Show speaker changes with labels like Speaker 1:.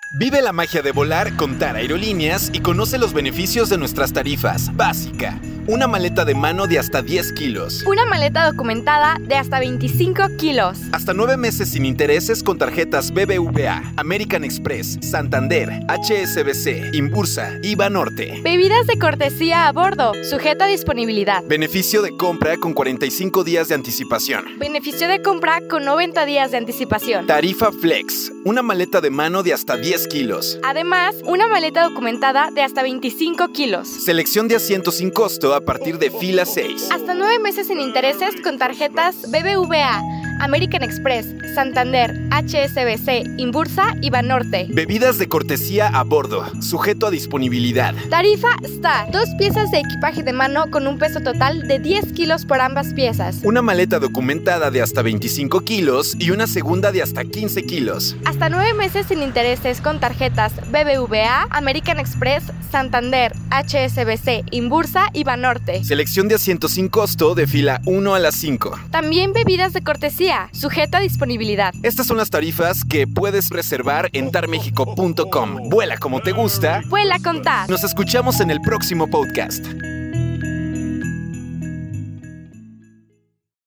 Speaker 1: Vive la magia de volar con TAR Aerolíneas y conoce los beneficios de nuestras tarifas. Básica, una maleta de mano de hasta 10 kilos.
Speaker 2: Una maleta documentada de hasta 25 kilos.
Speaker 1: Hasta 9 meses sin intereses con tarjetas BBVA, American Express, Santander, HSBC, Inbursa y Banorte.
Speaker 2: Bebidas de cortesía a bordo, sujeto a disponibilidad.
Speaker 1: Beneficio de compra con 45 días de anticipación.
Speaker 2: Beneficio de compra con 90 días de anticipación.
Speaker 1: Tarifa Flex, una maleta de mano de hasta 10 kilos.
Speaker 2: Además, una maleta documentada de hasta 25 kilos.
Speaker 1: Selección de asientos sin costo a partir de fila 6.
Speaker 2: Hasta 9 meses sin intereses con tarjetas BBVA, American Express, Santander, HSBC, Inbursa y Banorte.
Speaker 1: Bebidas de cortesía a bordo, sujeto a disponibilidad.
Speaker 2: Tarifa Star. 2 piezas de equipaje de mano con un peso total de 10 kilos por ambas piezas.
Speaker 1: Una maleta documentada de hasta 25 kilos y una segunda de hasta 15 kilos.
Speaker 2: Hasta 9 meses sin intereses con tarjetas BBVA, American Express, Santander, HSBC, Inbursa y Banorte.
Speaker 1: Selección de asientos sin costo de fila 1 a las 5.
Speaker 2: También bebidas de cortesía, sujeto a disponibilidad.
Speaker 1: Estas son las tarifas que puedes reservar en tarmexico.com. Vuela como te gusta.
Speaker 2: Vuela con TAR.
Speaker 1: Nos escuchamos en el próximo podcast.